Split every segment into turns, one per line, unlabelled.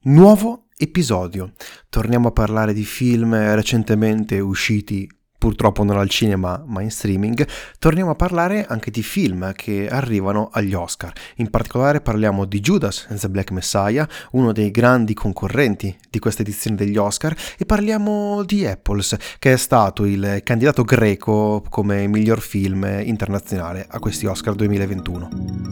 Nuovo episodio. Torniamo a parlare di film recentemente usciti, purtroppo non al cinema ma in streaming. Torniamo a parlare anche di film che arrivano agli Oscar. In particolare parliamo di Judas and the Black Messiah, uno dei grandi concorrenti di questa edizione degli Oscar, e parliamo di Apples, che è stato il candidato greco come miglior film internazionale a questi Oscar 2021.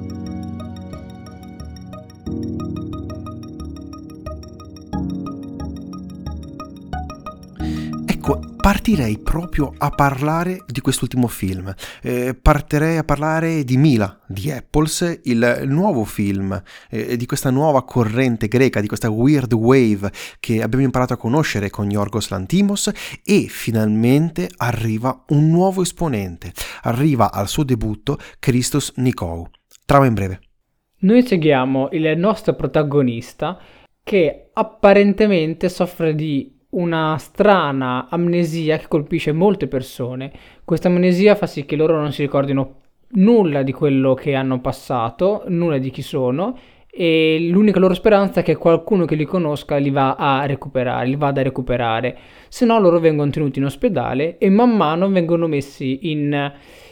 Partirei proprio a parlare di quest'ultimo film. Partirei a parlare di Mila, di Apples, il nuovo film di questa nuova corrente greca, di questa weird wave che abbiamo imparato a conoscere con Yorgos Lanthimos, e finalmente arriva un nuovo esponente. Arriva al suo debutto Christos Nikou. Trama in breve.
Noi seguiamo il nostro protagonista che apparentemente soffre di una strana amnesia che colpisce molte persone. Questa amnesia fa sì che loro non si ricordino nulla di quello che hanno passato, nulla di chi sono, e l'unica loro speranza è che qualcuno che li conosca li vada a recuperare. Se no loro vengono tenuti in ospedale e man mano vengono messi in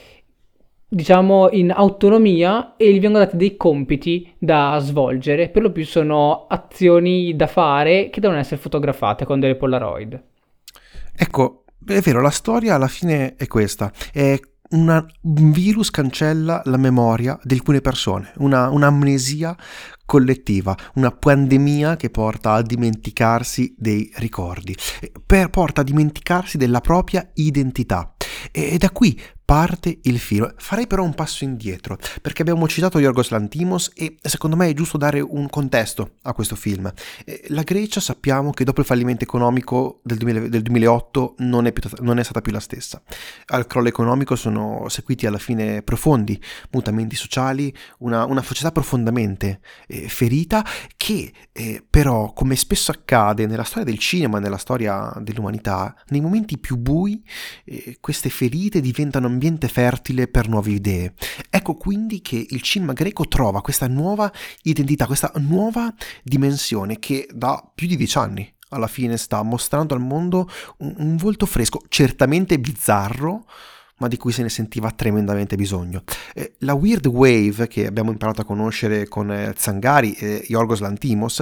autonomia e gli vengono dati dei compiti da svolgere. Per lo più sono azioni da fare che devono essere fotografate con delle Polaroid.
Ecco, è vero, la storia alla fine è questa. Un virus cancella la memoria di alcune persone, un'amnesia collettiva, una pandemia che porta a dimenticarsi dei ricordi, porta a dimenticarsi della propria identità. E da qui parte il film. Farei però un passo indietro, perché abbiamo citato Yorgos Lanthimos e secondo me è giusto dare un contesto a questo film. La Grecia, sappiamo che dopo il fallimento economico del 2008 non è stata più la stessa. Al crollo economico sono seguiti alla fine profondi mutamenti sociali, una società profondamente ferita che però, come spesso accade nella storia del cinema, nella storia dell'umanità, nei momenti più bui queste ferite diventano ambiente fertile per nuove idee. Ecco quindi che il cinema greco trova questa nuova identità, questa nuova dimensione che da più di 10 anni alla fine sta mostrando al mondo un volto fresco, certamente bizzarro, ma di cui se ne sentiva tremendamente bisogno. La weird wave che abbiamo imparato a conoscere con Tsangari e Yorgos Lanthimos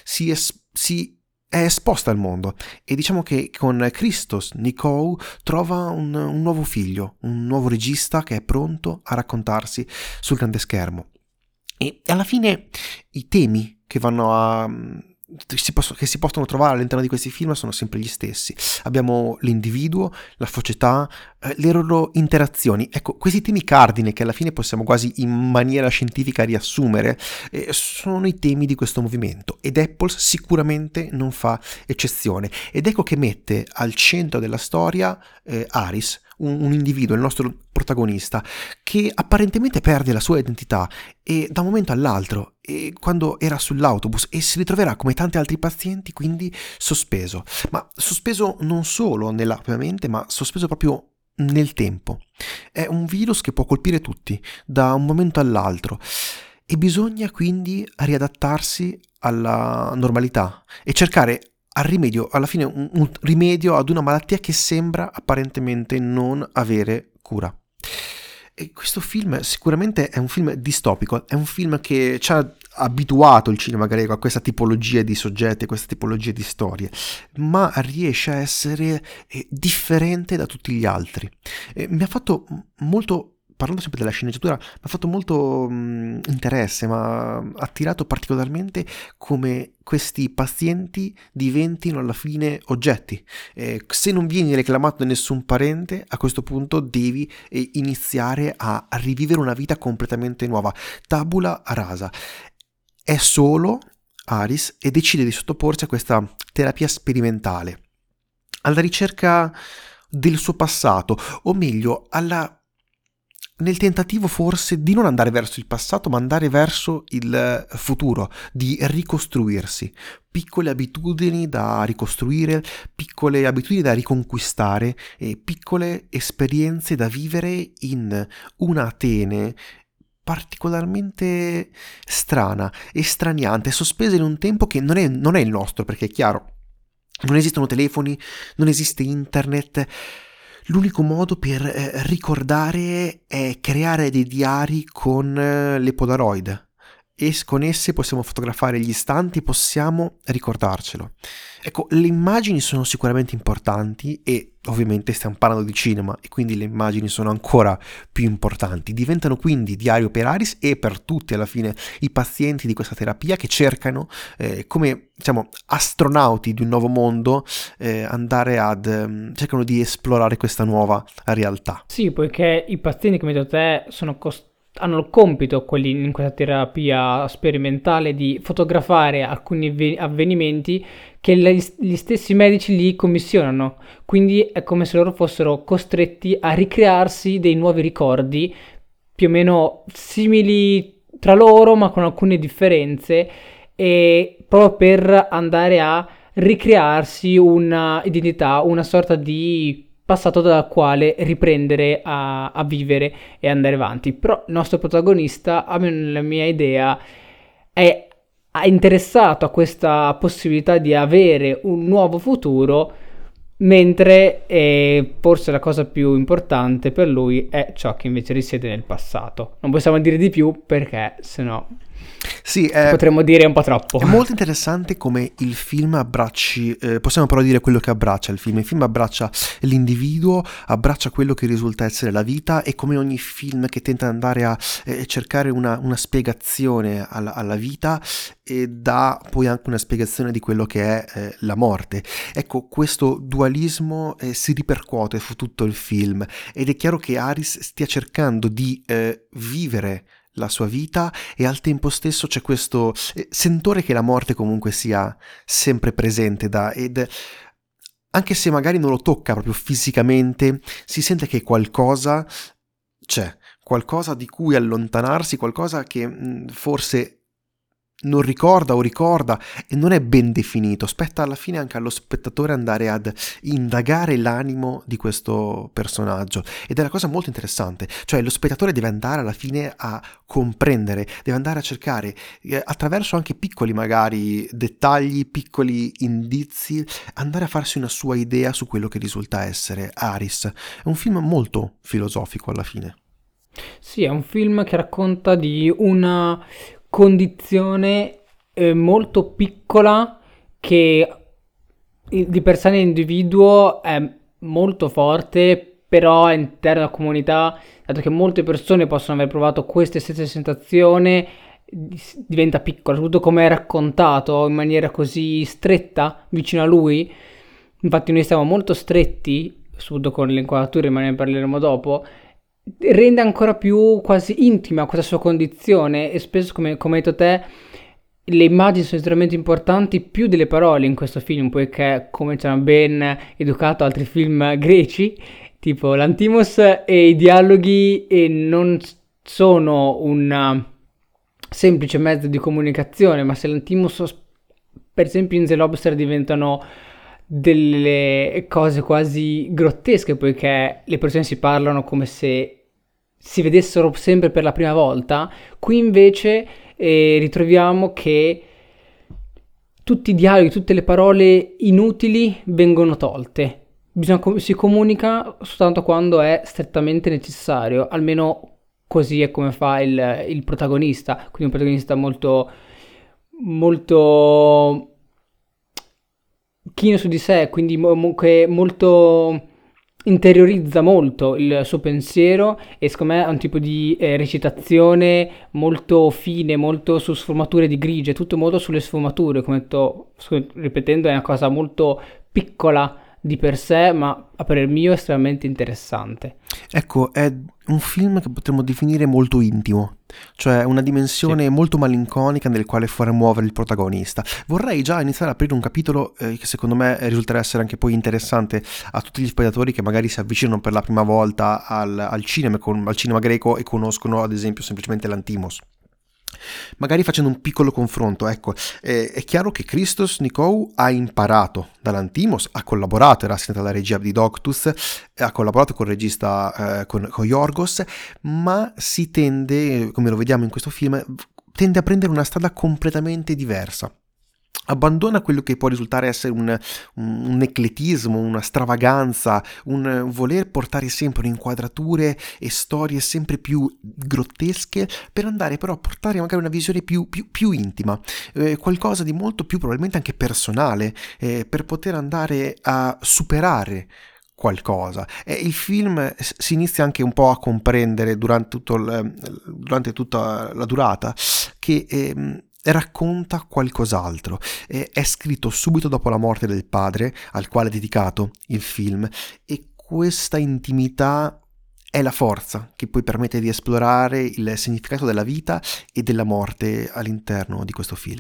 è esposta al mondo, e diciamo che con Christos Nikou trova un nuovo figlio, un nuovo regista che è pronto a raccontarsi sul grande schermo. E alla fine i temi che si possono trovare all'interno di questi film sono sempre gli stessi. Abbiamo l'individuo, la società, le loro interazioni. Ecco, questi temi cardine che alla fine possiamo quasi in maniera scientifica riassumere sono i temi di questo movimento, ed Apples sicuramente non fa eccezione. Ed ecco che mette al centro della storia Aris, un individuo, il nostro protagonista, che apparentemente perde la sua identità e da un momento all'altro, e quando era sull'autobus, e si ritroverà come tanti altri pazienti quindi sospeso, ma sospeso non solo nella propria mente, ma sospeso proprio nel tempo. È un virus che può colpire tutti da un momento all'altro e bisogna quindi riadattarsi alla normalità e cercare al rimedio, alla fine un rimedio ad una malattia che sembra apparentemente non avere cura. E questo film sicuramente è un film distopico, è un film che ci ha abituato il cinema greco a questa tipologia di soggetti, a questa tipologia di storie, ma riesce a essere differente da tutti gli altri. Mi ha fatto molto, parlando sempre della sceneggiatura, mi ha fatto molto interesse, ma ha attirato particolarmente come questi pazienti diventino alla fine oggetti. Se non vieni reclamato da nessun parente, a questo punto devi iniziare a rivivere una vita completamente nuova, tabula rasa. È solo Aris e decide di sottoporsi a questa terapia sperimentale, alla ricerca del suo passato, o meglio nel tentativo forse di non andare verso il passato, ma andare verso il futuro, di ricostruirsi. Piccole abitudini da ricostruire, piccole abitudini da riconquistare e piccole esperienze da vivere in una Atene particolarmente strana, estraniante, sospesa in un tempo che non è il nostro, perché è chiaro, non esistono telefoni, non esiste internet. L'unico modo per ricordare è creare dei diari con le Polaroid, e con esse possiamo fotografare gli istanti, possiamo ricordarcelo. Ecco, le immagini sono sicuramente importanti e ovviamente stiamo parlando di cinema e quindi le immagini sono ancora più importanti. Diventano quindi diario per Aris e per tutti alla fine i pazienti di questa terapia che cercano, come diciamo astronauti di un nuovo mondo, cercano di esplorare questa nuova realtà.
Sì, poiché i pazienti, come hai detto te, hanno il compito, quelli in questa terapia sperimentale, di fotografare alcuni avvenimenti che gli stessi medici li commissionano. Quindi è come se loro fossero costretti a ricrearsi dei nuovi ricordi, più o meno simili tra loro, ma con alcune differenze, e proprio per andare a ricrearsi una identità, una sorta di passato dal quale riprendere a vivere e andare avanti. Però il nostro protagonista, a me, nella mia idea, è interessato a questa possibilità di avere un nuovo futuro, mentre forse la cosa più importante per lui è ciò che invece risiede nel passato. Non possiamo dire di più perché sennò
Sì,
potremmo dire un po' troppo.
è molto interessante come il film abbracci, possiamo però dire quello che abbraccia il film. Il film abbraccia l'individuo, abbraccia quello che risulta essere la vita, e come ogni film che tenta di andare a cercare una spiegazione alla vita, e dà poi anche una spiegazione di quello che è la morte. Ecco, questo dualismo si ripercuote su tutto il film, ed è chiaro che Aris stia cercando di vivere la sua vita, e al tempo stesso c'è questo sentore che la morte comunque sia sempre presente, ed anche se magari non lo tocca proprio fisicamente, si sente che qualcosa c'è, qualcosa di cui allontanarsi, qualcosa che forse non ricorda o ricorda e non è ben definito. Spetta alla fine anche allo spettatore andare ad indagare l'animo di questo personaggio, ed è una cosa molto interessante. Cioè lo spettatore deve andare alla fine a comprendere, deve andare a cercare attraverso anche piccoli magari dettagli, piccoli indizi, andare a farsi una sua idea su quello che risulta essere Aris. È un film molto filosofico alla fine.
Sì, è un film che racconta di una condizione molto piccola che di per sé nell'individuo è molto forte, però all'interno della comunità, dato che molte persone possono aver provato queste stesse sensazioni, diventa piccola, soprattutto come è raccontato in maniera così stretta vicino a lui. Infatti noi siamo molto stretti, soprattutto con le inquadrature, ma ne parleremo dopo, rende ancora più quasi intima questa sua condizione, e spesso, come hai detto te, le immagini sono estremamente importanti più delle parole in questo film, poiché, come ci hanno ben educato altri film greci, tipo l'Antimos, e i dialoghi non sono un semplice mezzo di comunicazione, ma se l'Antimos, per esempio in The Lobster, diventano delle cose quasi grottesche, poiché le persone si parlano come se si vedessero sempre per la prima volta. Qui invece ritroviamo che tutti i dialoghi, tutte le parole inutili vengono tolte. Si comunica soltanto quando è strettamente necessario, almeno così è come fa il protagonista. Quindi un protagonista molto molto chino su di sé, quindi comunque molto interiorizza molto il suo pensiero, e secondo me è un tipo di recitazione molto fine, molto su sfumature di grigie, tutto molto sulle sfumature, come detto, ripetendo, è una cosa molto piccola di per sé, ma a parer mio estremamente interessante.
Ecco, è un film che potremmo definire molto intimo, cioè una dimensione molto malinconica nel quale fare muovere il protagonista. Vorrei già iniziare ad aprire un capitolo che secondo me risulterà essere anche poi interessante a tutti gli spettatori che magari si avvicinano per la prima volta al cinema greco e conoscono ad esempio semplicemente l'Antimos. Magari facendo un piccolo confronto, ecco, è chiaro che Christos Nikou ha imparato dall'Antimos, ha collaborato, era assistente alla regia di Doctus, ha collaborato con il regista, con Yorgos, ma si tende, come lo vediamo in questo film, tende a prendere una strada completamente diversa. Abbandona quello che può risultare essere un ecletismo, una stravaganza, un voler portare sempre inquadrature e storie sempre più grottesche, per andare però a portare magari una visione più intima, qualcosa di molto più probabilmente anche personale, per poter andare a superare qualcosa. E il film si inizia anche un po' a comprendere durante tutta la durata che racconta qualcos'altro. È scritto subito dopo la morte del padre, al quale è dedicato il film, e questa intimità è la forza che poi permette di esplorare il significato della vita e della morte all'interno di questo film.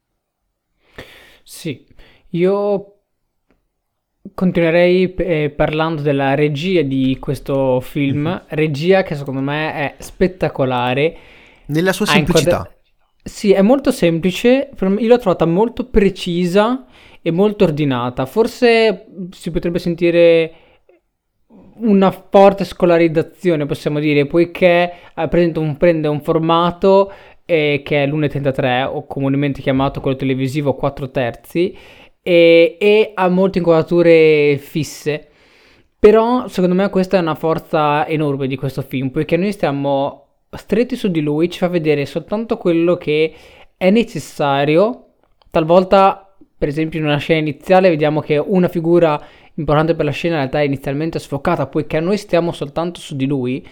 Sì, io continuerei parlando della regia di questo
Mhm.
film, regia che secondo me è spettacolare.
Nella sua
Ha inquadra-
semplicità.
Sì, è molto semplice, io l'ho trovata molto precisa e molto ordinata. Forse si potrebbe sentire una forte scolarizzazione, possiamo dire, poiché prende un formato che è l'1.33 o comunemente chiamato quello televisivo 4 terzi e ha molte inquadrature fisse. Però secondo me questa è una forza enorme di questo film, poiché noi stiamo stretti su di lui, ci fa vedere soltanto quello che è necessario. Talvolta, per esempio, in una scena iniziale vediamo che una figura importante per la scena in realtà è inizialmente sfocata, poiché noi stiamo soltanto su di lui.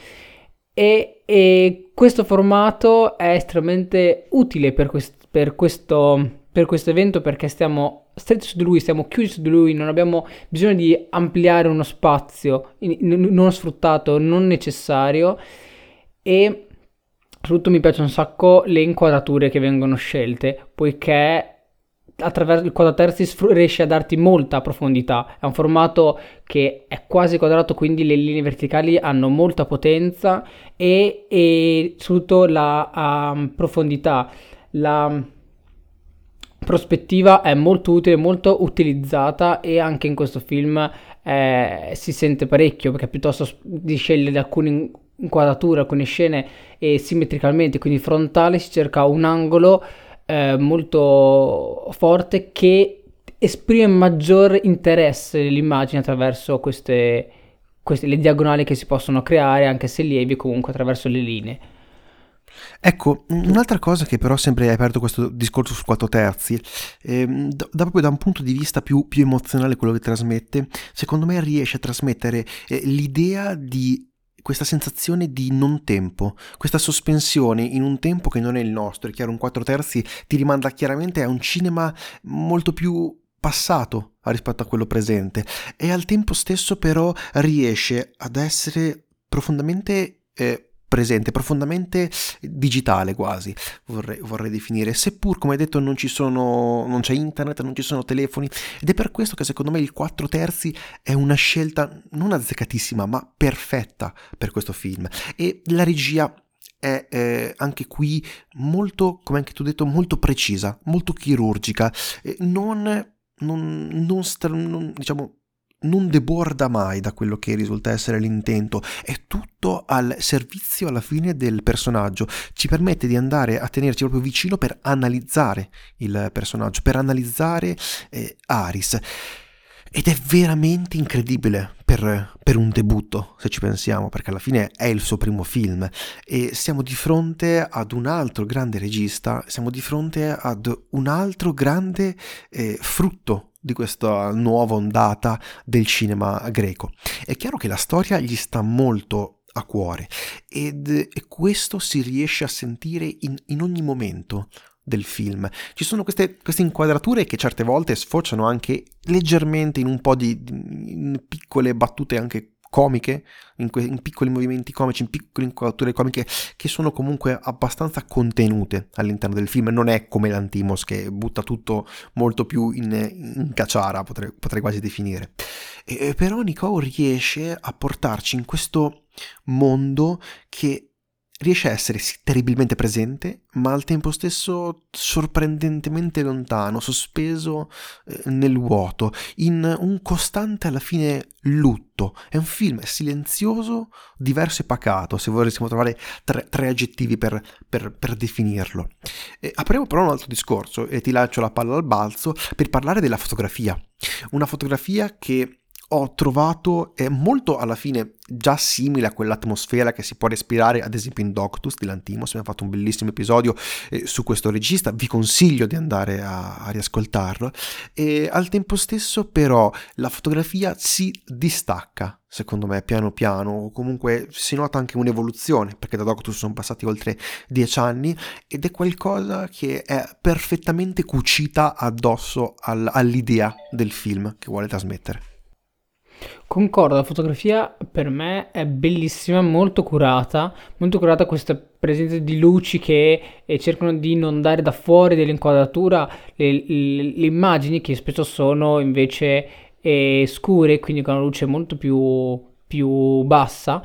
E questo formato è estremamente utile per questo evento, perché stiamo stretti su di lui, stiamo chiusi su di lui, non abbiamo bisogno di ampliare uno spazio non sfruttato, non necessario. E soprattutto mi piace un sacco le inquadrature che vengono scelte, poiché attraverso il quadraterzi riesce a darti molta profondità. È un formato che è quasi quadrato, quindi le linee verticali hanno molta potenza e soprattutto la profondità, la prospettiva è molto utile, molto utilizzata, e anche in questo film si sente parecchio, perché piuttosto di scegliere alcune inquadrature, alcune scene simmetricalmente, quindi frontale, si cerca un angolo molto forte che esprime maggior interesse nell'immagine attraverso le diagonali che si possono creare, anche se lievi, comunque attraverso le linee.
Ecco,
Tu?
un'altra cosa che però sempre hai aperto questo discorso su 4 terzi, proprio da un punto di vista più emozionale quello che trasmette, secondo me riesce a trasmettere l'idea di questa sensazione di non tempo, questa sospensione in un tempo che non è il nostro. È chiaro, un 4 terzi ti rimanda chiaramente a un cinema molto più passato rispetto a quello presente, e al tempo stesso però riesce ad essere profondamente presente, profondamente digitale quasi, vorrei definire, seppur come hai detto non c'è internet, non ci sono telefoni, ed è per questo che secondo me il 4 terzi è una scelta non azzeccatissima ma perfetta per questo film. E la regia è anche qui molto, come anche tu hai detto, molto precisa, molto chirurgica, diciamo, non deborda mai da quello che risulta essere l'intento, è tutto al servizio alla fine del personaggio, ci permette di andare a tenerci proprio vicino per analizzare il personaggio, per analizzare Aris. Ed è veramente incredibile per un debutto, se ci pensiamo, perché alla fine è il suo primo film e siamo di fronte ad un altro grande regista, siamo di fronte ad un altro grande frutto di questa nuova ondata del cinema greco. È chiaro che la storia gli sta molto a cuore e questo si riesce a sentire in ogni momento del film. Ci sono queste inquadrature che certe volte sfociano anche leggermente in un po' in piccole battute anche comiche, in piccoli movimenti comici, in piccole inquadrature comiche che sono comunque abbastanza contenute all'interno del film. Non è come l'Antimos che butta tutto molto più in caciara, potrei quasi definire. Però Nicole riesce a portarci in questo mondo che riesce a essere sì, terribilmente presente, ma al tempo stesso sorprendentemente lontano, sospeso nel vuoto, in un costante alla fine lutto. È un film silenzioso, diverso e pacato, se volessimo trovare tre aggettivi per definirlo. Apriamo però un altro discorso e ti lancio la palla al balzo per parlare della fotografia. Una fotografia che ho trovato è molto alla fine già simile a quell'atmosfera che si può respirare ad esempio in Doctus di Lanthimos. Abbiamo fatto un bellissimo episodio su questo regista, vi consiglio di andare a riascoltarlo, e al tempo stesso però la fotografia si distacca secondo me piano piano, o comunque si nota anche un'evoluzione, perché da Doctus sono passati oltre 10 anni ed è qualcosa che è perfettamente cucita addosso all'idea del film che vuole trasmettere.
Concordo, la fotografia per me è bellissima, molto curata questa presenza di luci che cercano di non dare da fuori dell'inquadratura le immagini che spesso sono invece scure, quindi con una luce molto più bassa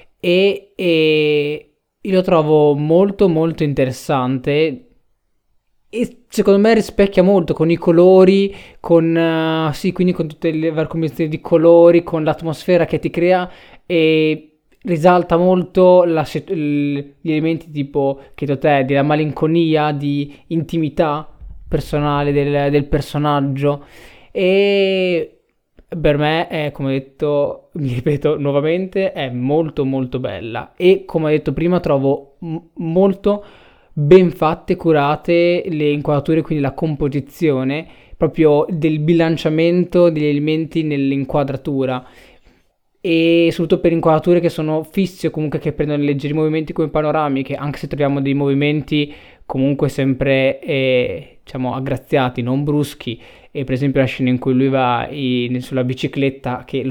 e io lo trovo molto molto interessante e secondo me rispecchia molto con i colori, sì, quindi con tutte le varie combinazioni di colori, con l'atmosfera che ti crea e risalta molto gli elementi tipo, che te, della malinconia, di intimità personale del personaggio e per me è, come detto, mi ripeto nuovamente, è molto molto bella e come ho detto prima trovo molto ben fatte, curate le inquadrature, quindi la composizione proprio del bilanciamento degli elementi nell'inquadratura e soprattutto per inquadrature che sono fisse o comunque che prendono leggeri movimenti come panoramiche, anche se troviamo dei movimenti comunque sempre diciamo aggraziati, non bruschi, e per esempio la scena in cui lui va sulla bicicletta che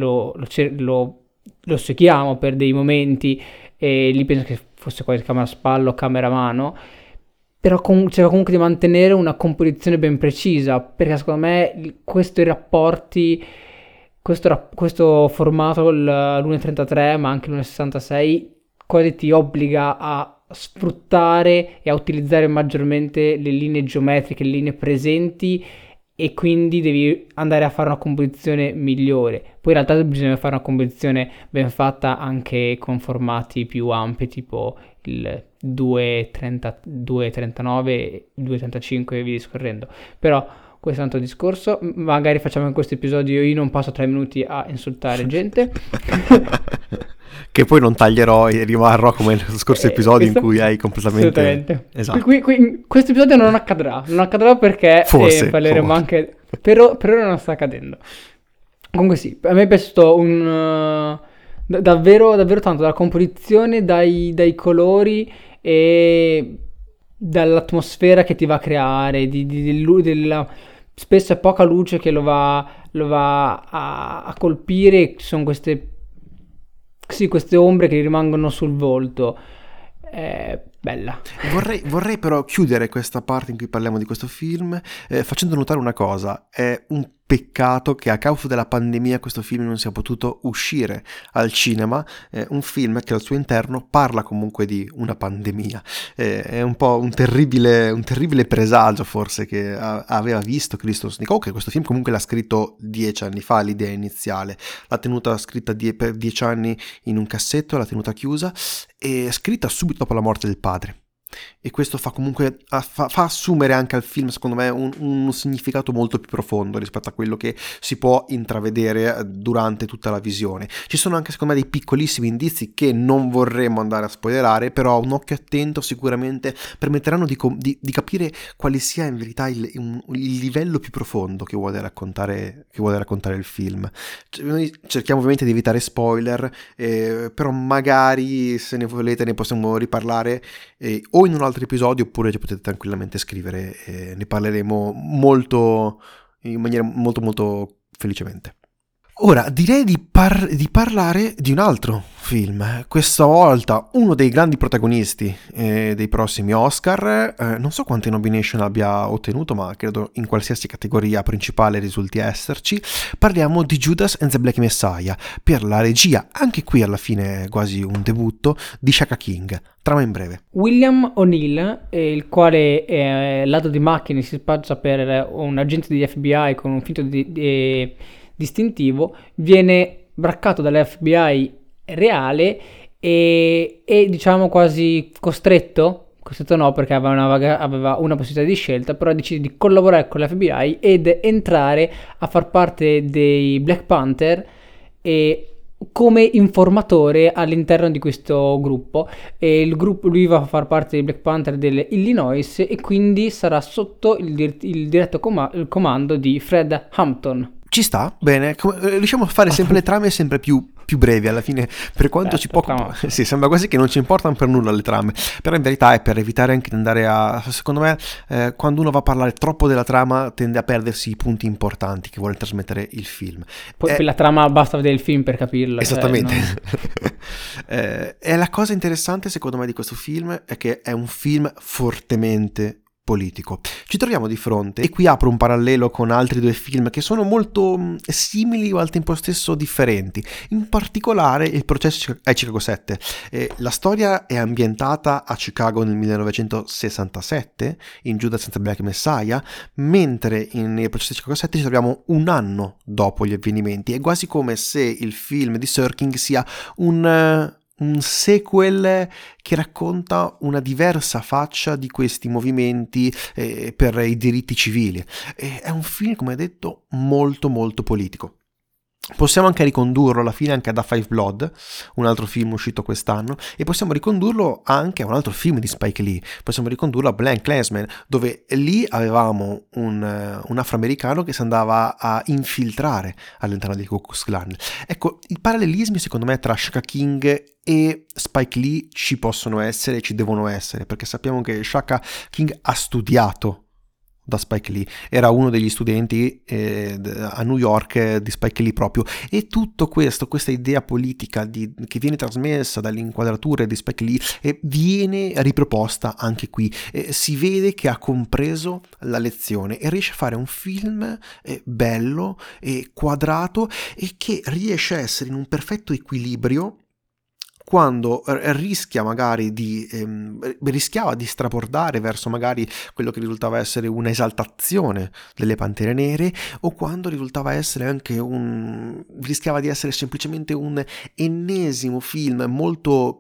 lo seguiamo per dei momenti e lì penso che fosse quasi camera spalla o camera mano, però cerca comunque di mantenere una composizione ben precisa, perché secondo me questi rapporti, questo formato, l'1.33 ma anche l'1.66, quasi ti obbliga a sfruttare e a utilizzare maggiormente le linee geometriche, le linee presenti e quindi devi andare a fare una composizione migliore. Poi in realtà bisogna fare una composizione ben fatta anche con formati più ampi, tipo il 2.30, 2.39, 2.35 e via discorrendo. Però questo è un altro discorso. Magari facciamo in questo episodio io non passo 3 minuti a insultare gente.
Che poi non taglierò e rimarrò come nello scorso episodio in cui hai completamente...
Assolutamente.
Esatto.
Questo episodio non accadrà perché
Forse,
parleremo
forse.
anche... Per ora non sta accadendo. Comunque sì, a me è piaciuto davvero, davvero tanto, dalla composizione, dai colori e dall'atmosfera che ti va a creare, della spesso è poca luce che lo va a colpire, ci sono queste ombre che rimangono sul volto. È bella.
Vorrei però chiudere questa parte in cui parliamo di questo film facendo notare una cosa. È un peccato che a causa della pandemia questo film non sia potuto uscire al cinema, un film che al suo interno parla comunque di una pandemia. È un po' un terribile presagio forse che aveva visto Christos Nikou, che questo film comunque l'ha scritto 10 anni fa, l'idea iniziale. L'ha tenuta scritta per 10 anni in un cassetto, l'ha tenuta chiusa e scritta subito dopo la morte del padre. E questo fa comunque fa assumere anche al film secondo me un significato molto più profondo rispetto a quello che si può intravedere durante tutta la visione. Ci sono anche secondo me dei piccolissimi indizi che non vorremmo andare a spoilerare, però un occhio attento sicuramente permetteranno di capire quale sia in verità il livello più profondo che vuole raccontare il film. Noi cerchiamo ovviamente di evitare spoiler, però magari se ne volete ne possiamo riparlare o in un altro episodio oppure ci potete tranquillamente scrivere e ne parleremo in maniera molto molto felicemente. Ora direi di parlare di un altro film, questa volta uno dei grandi protagonisti dei prossimi Oscar, non so quante nomination abbia ottenuto, ma credo in qualsiasi categoria principale risulti esserci. Parliamo di Judas and the Black Messiah, per la regia, anche qui alla fine quasi un debutto, di Shaka King. Trama in breve.
William O'Neill, il quale è lato di macchine, si spaccia per un agente degli FBI con un finto distintivo, viene braccato dall'FBI reale e diciamo quasi costretto no, perché aveva una possibilità di scelta, però decide di collaborare con l'FBI ed entrare a far parte dei Black Panther e come informatore all'interno di questo gruppo. E lui va a far parte dei Black Panther dell'Illinois e quindi sarà sotto il diretto il comando di Fred Hampton.
Ci sta, bene, riusciamo a fare sempre le trame sempre più brevi alla fine, per quanto ci può... Sì, sembra quasi che non ci importano per nulla le trame, però in verità è per evitare anche di andare a... Secondo me, quando uno va a parlare troppo della trama tende a perdersi i punti importanti che vuole trasmettere il film.
Poi la trama basta vedere il film per capirlo.
Esattamente. E la cosa interessante secondo me di questo film è che è un film fortemente politico. Ci troviamo di fronte, e qui apro un parallelo con altri due film che sono molto simili o al tempo stesso differenti, in particolare Il processo ai Chicago 7. La storia è ambientata a Chicago nel 1967 in Judas and the Black Messiah, mentre nel processo ai Chicago 7 ci troviamo un anno dopo gli avvenimenti. È quasi come se il film di Sorkin sia un sequel che racconta una diversa faccia di questi movimenti per i diritti civili. È un film, come detto, molto molto politico. Possiamo anche ricondurlo alla fine anche a Da Five Blood, un altro film uscito quest'anno, e possiamo ricondurlo anche a un altro film di Spike Lee, possiamo ricondurlo a Black Klansman, dove lì avevamo un afroamericano che si andava a infiltrare all'interno del Ku Klux Klan. Ecco, i parallelismi secondo me tra Shaka King e Spike Lee ci possono essere, ci devono essere, perché sappiamo che Shaka King ha studiato da Spike Lee, era uno degli studenti a New York di Spike Lee proprio, e tutto questo, questa idea politica che viene trasmessa dalle inquadrature di Spike Lee viene riproposta anche qui. Si vede che ha compreso la lezione e riesce a fare un film bello e quadrato e che riesce a essere in un perfetto equilibrio quando rischiava di straportare verso magari quello che risultava essere un'esaltazione delle Pantere Nere, o quando risultava essere anche rischiava di essere semplicemente un ennesimo film molto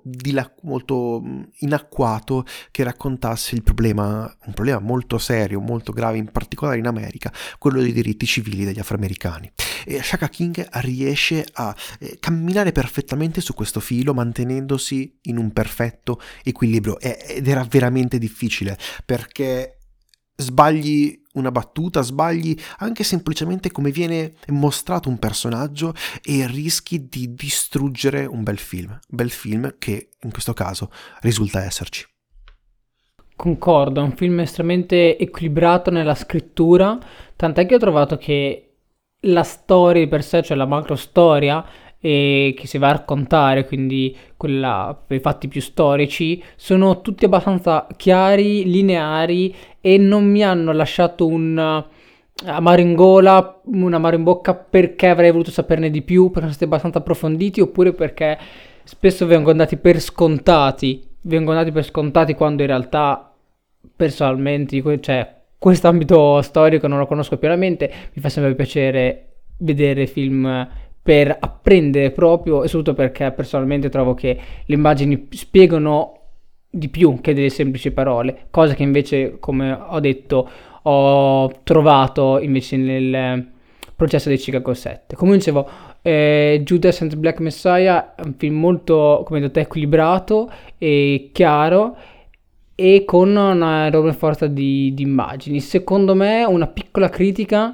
inacquato che raccontasse un problema molto serio, molto grave, in particolare in America, quello dei diritti civili degli afroamericani. E Shaka King riesce a camminare perfettamente su questo filo, mantenendosi in un perfetto equilibrio, ed era veramente difficile, perché sbagli una battuta, sbagli anche semplicemente come viene mostrato un personaggio e rischi di distruggere un bel film che in questo caso risulta esserci.
Concordo, è un film estremamente equilibrato nella scrittura, tant'è che ho trovato che la storia di per sé, cioè la macro storia che si va a raccontare, quindi quella per i fatti più storici, sono tutti abbastanza chiari, lineari e non mi hanno lasciato un amaro in gola, un amaro in bocca perché avrei voluto saperne di più, perché sono stati abbastanza approfonditi, oppure perché spesso vengono dati per scontati quando in realtà personalmente, cioè quest'ambito storico non lo conosco pienamente, mi fa sempre piacere vedere film per apprendere proprio, e soprattutto perché personalmente trovo che le immagini spiegano di più che delle semplici parole, cosa che invece, come ho detto, ho trovato invece nel processo dei Chicago 7. Come dicevo, Judas and the Black Messiah è un film molto, come detto, equilibrato e chiaro, e con una enorme forza di immagini. Secondo me una piccola critica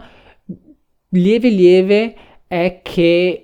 lieve è che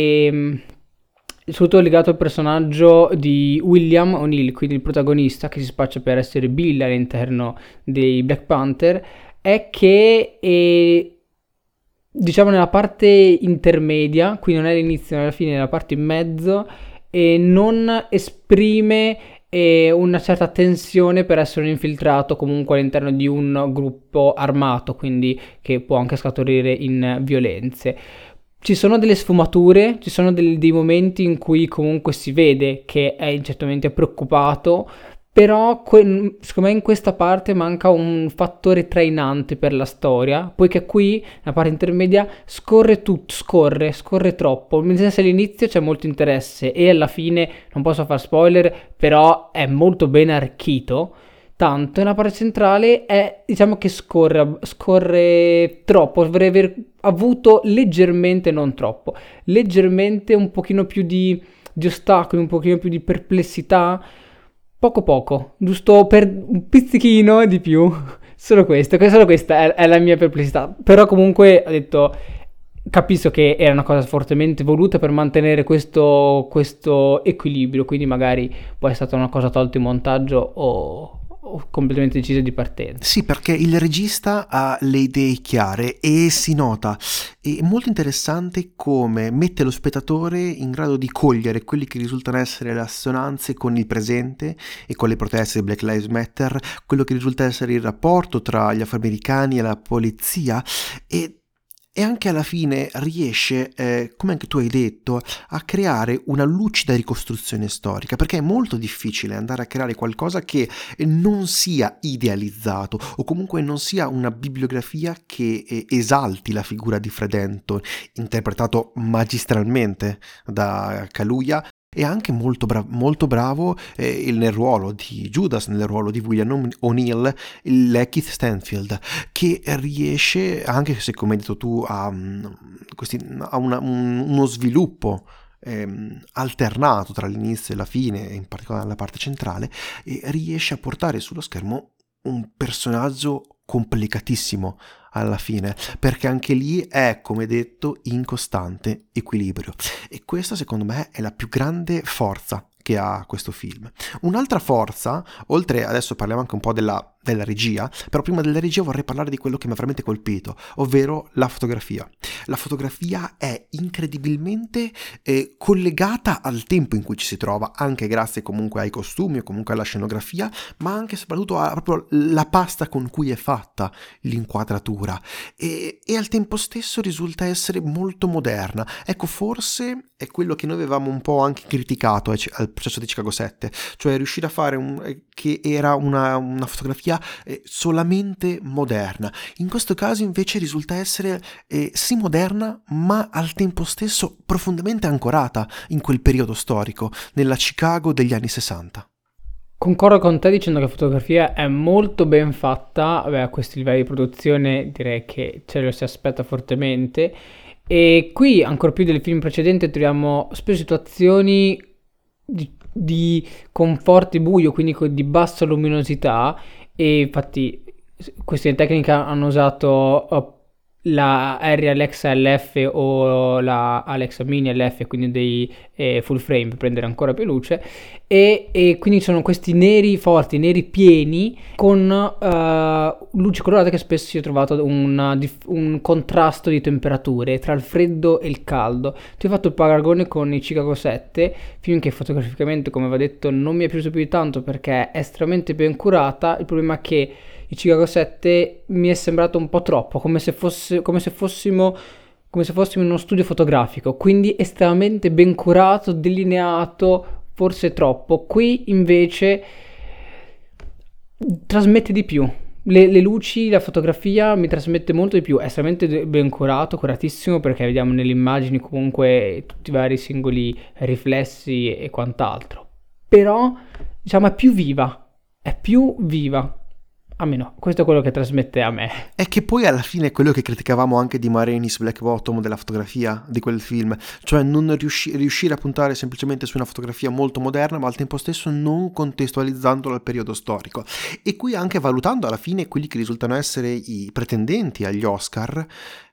soprattutto legato al personaggio di William O'Neill, quindi il protagonista che si spaccia per essere Bill all'interno dei Black Panther, è che diciamo nella parte intermedia, quindi non è l'inizio, non è la fine, è la parte in mezzo, e non esprime una certa tensione per essere un infiltrato comunque all'interno di un gruppo armato, quindi che può anche scaturire in violenze. Ci sono delle sfumature, ci sono dei momenti in cui comunque si vede che è certamente preoccupato, però secondo me in questa parte manca un fattore trainante per la storia, poiché qui, nella parte intermedia, scorre tutto, scorre troppo. Mentre se all'inizio c'è molto interesse e alla fine, non posso far spoiler, però è molto ben arricchito, tanto nella parte centrale è, diciamo che scorre troppo, dovrei aver avuto leggermente, non troppo, leggermente un pochino più di ostacoli, un pochino più di perplessità, poco poco, giusto per un pizzichino di più. Solo questa è la mia perplessità. Però comunque ho detto, capisco che era una cosa fortemente voluta per mantenere questo equilibrio, quindi magari può essere stata una cosa tolta in montaggio o completamente decisa di partenza.
Sì, perché il regista ha le idee chiare e si nota. È molto interessante come mette lo spettatore in grado di cogliere quelli che risultano essere le assonanze con il presente e con le proteste di Black Lives Matter, quello che risulta essere il rapporto tra gli afroamericani e la polizia e anche alla fine riesce, come anche tu hai detto, a creare una lucida ricostruzione storica, perché è molto difficile andare a creare qualcosa che non sia idealizzato o comunque non sia una bibliografia che esalti la figura di Fred Hampton, interpretato magistralmente da Kaluuya. E anche molto, molto bravo nel ruolo di Judas, nel ruolo di William O'Neill, il Keith Stanfield, che riesce, anche se come hai detto tu, ha uno sviluppo alternato tra l'inizio e la fine, in particolare la parte centrale, e riesce a portare sullo schermo un personaggio complicatissimo alla fine, perché anche lì è, come detto, in costante equilibrio, e questa secondo me è la più grande forza che ha questo film. Un'altra forza, oltre, adesso parliamo anche un po' della regia, però prima della regia vorrei parlare di quello che mi ha veramente colpito, ovvero la fotografia. La fotografia è incredibilmente collegata al tempo in cui ci si trova, anche grazie comunque ai costumi o comunque alla scenografia, ma anche e soprattutto a proprio la pasta con cui è fatta l'inquadratura, e al tempo stesso risulta essere molto moderna. Ecco, forse è quello che noi avevamo un po' anche criticato al processo di Chicago 7, cioè riuscire a fare che era una fotografia solamente moderna. In questo caso invece risulta essere sì moderna, ma al tempo stesso profondamente ancorata in quel periodo storico, nella Chicago degli anni 60.
Concordo con te dicendo che la fotografia è molto ben fatta, vabbè, a questi livelli di produzione direi che ce lo si aspetta fortemente, e qui ancora più del film precedente troviamo spesso situazioni di conforto buio, quindi di bassa luminosità, e infatti queste tecniche hanno usato la Arri Alexa LF o la Alexa Mini LF, quindi dei full frame per prendere ancora più luce, e quindi sono questi neri forti, neri pieni con luci colorate, che spesso ho trovato un contrasto di temperature tra il freddo e il caldo. Ti ho fatto il paragone con i Chicago 7, film che fotograficamente, come va detto, non mi è piaciuto più di tanto perché è estremamente ben curata. Il problema è che il Chicago 7 mi è sembrato un po' troppo, come se fossimo in uno studio fotografico, quindi estremamente ben curato, delineato, forse troppo. Qui invece trasmette di più. Le luci, la fotografia mi trasmette molto di più, è estremamente ben curato, curatissimo, perché vediamo nelle immagini comunque tutti i vari singoli riflessi e quant'altro. Però, diciamo, è più viva. Almeno, questo è quello che trasmette a me.
È che poi alla fine è quello che criticavamo anche di Marenis Black Bottom, della fotografia di quel film, cioè non riuscire a puntare semplicemente su una fotografia molto moderna, ma al tempo stesso non contestualizzandolo al periodo storico. E qui anche valutando alla fine quelli che risultano essere i pretendenti agli Oscar,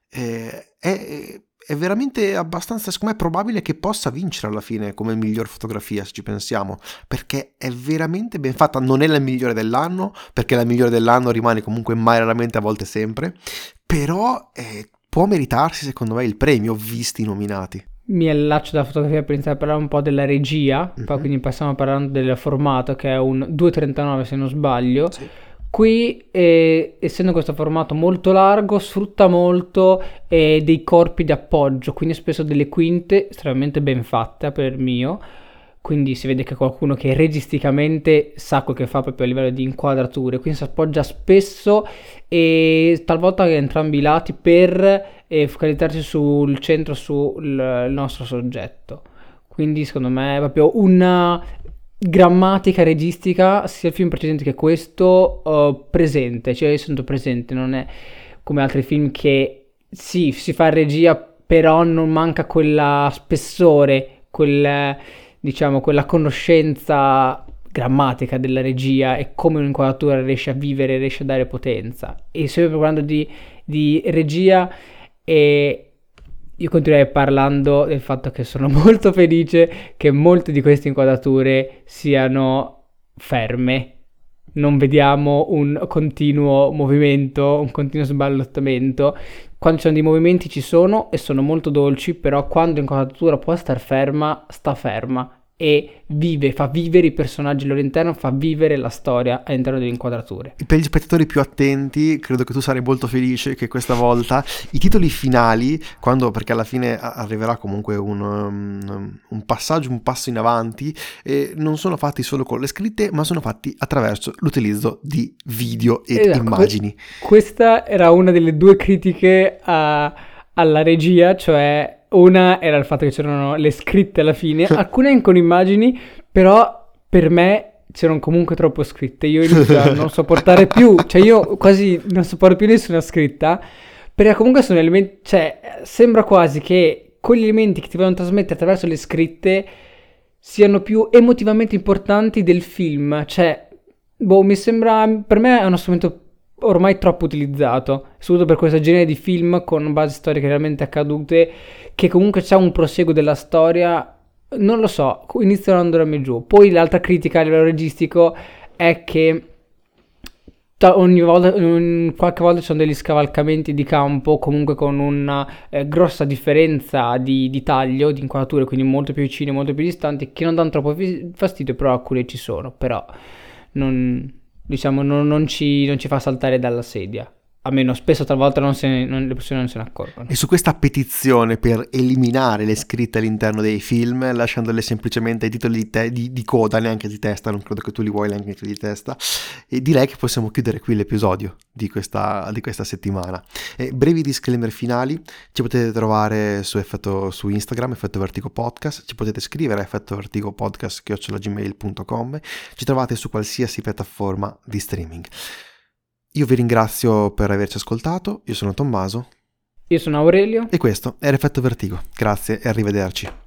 è veramente abbastanza, secondo me, probabile che possa vincere alla fine come miglior fotografia, se ci pensiamo, perché è veramente ben fatta. Non è la migliore dell'anno, perché la migliore dell'anno rimane comunque mai, raramente, a volte sempre, però può meritarsi secondo me il premio, visti i nominati.
Mi allaccio dalla fotografia per iniziare a parlare un po' della regia, poi quindi passiamo parlando del formato che è un 2:39 se non sbaglio.
Sì.
Qui, essendo questo formato molto largo, sfrutta molto dei corpi di appoggio, quindi spesso delle quinte estremamente ben fatte per mio, quindi si vede che è qualcuno che registicamente sa quel che fa proprio a livello di inquadrature, quindi si appoggia spesso e talvolta entrambi i lati per focalizzarsi sul centro, sul nostro soggetto. Quindi secondo me è proprio una grammatica registica, sia il film precedente che questo, presente, cioè io sento presente, non è come altri film che sì, si fa regia, però non manca quella spessore, diciamo, quella conoscenza grammatica della regia e come un'inquadratura riesce a vivere, riesce a dare potenza. E sempre parlando di regia, e io continuerei parlando del fatto che sono molto felice che molte di queste inquadrature siano ferme. Non vediamo un continuo movimento, un continuo sballottamento. Quando ci sono dei movimenti ci sono e sono molto dolci, però quando l'inquadratura può star ferma, sta ferma e vive, fa vivere i personaggi all'interno, fa vivere la storia all'interno delle inquadrature.
Per gli spettatori più attenti, credo che tu sarai molto felice che questa volta i titoli finali, perché alla fine arriverà comunque un passaggio, un passo in avanti, non sono fatti solo con le scritte, ma sono fatti attraverso l'utilizzo di video ed immagini.
Questa era una delle due critiche alla regia, cioè una era il fatto che c'erano le scritte alla fine, alcune con immagini, però per me c'erano comunque troppo scritte. Io inizio a non sopportare più, cioè io quasi non sopporto più nessuna scritta, perché comunque sono elementi, cioè sembra quasi che quegli elementi che ti vogliono trasmettere attraverso le scritte siano più emotivamente importanti del film, cioè mi sembra, per me è uno strumento ormai troppo utilizzato, soprattutto per questo genere di film con basi storiche realmente accadute, che comunque c'è un proseguo della storia, non lo so, iniziano ad andarmi giù. Poi l'altra critica a livello registico è che ogni volta, qualche volta ci sono degli scavalcamenti di campo, comunque con una grossa differenza di taglio, di inquadrature, quindi molto più vicine, molto più distanti, che non danno troppo fastidio, però alcune ci sono, però non ci fa saltare dalla sedia. Almeno spesso talvolta le persone non se ne accorgono.
E su questa petizione per eliminare le scritte all'interno dei film, lasciandole semplicemente ai titoli di coda, neanche di testa, non credo che tu li vuoi neanche di testa, e direi che possiamo chiudere qui l'episodio di questa settimana. Brevi disclaimer finali: ci potete trovare su Instagram, Effetto Vertigo Podcast, ci potete scrivere a effettovertigopodcast@gmail.com, ci trovate su qualsiasi piattaforma di streaming. Io vi ringrazio per averci ascoltato, io sono Tommaso.
Io sono Aurelio.
E questo era Effetto Vertigo. Grazie e arrivederci.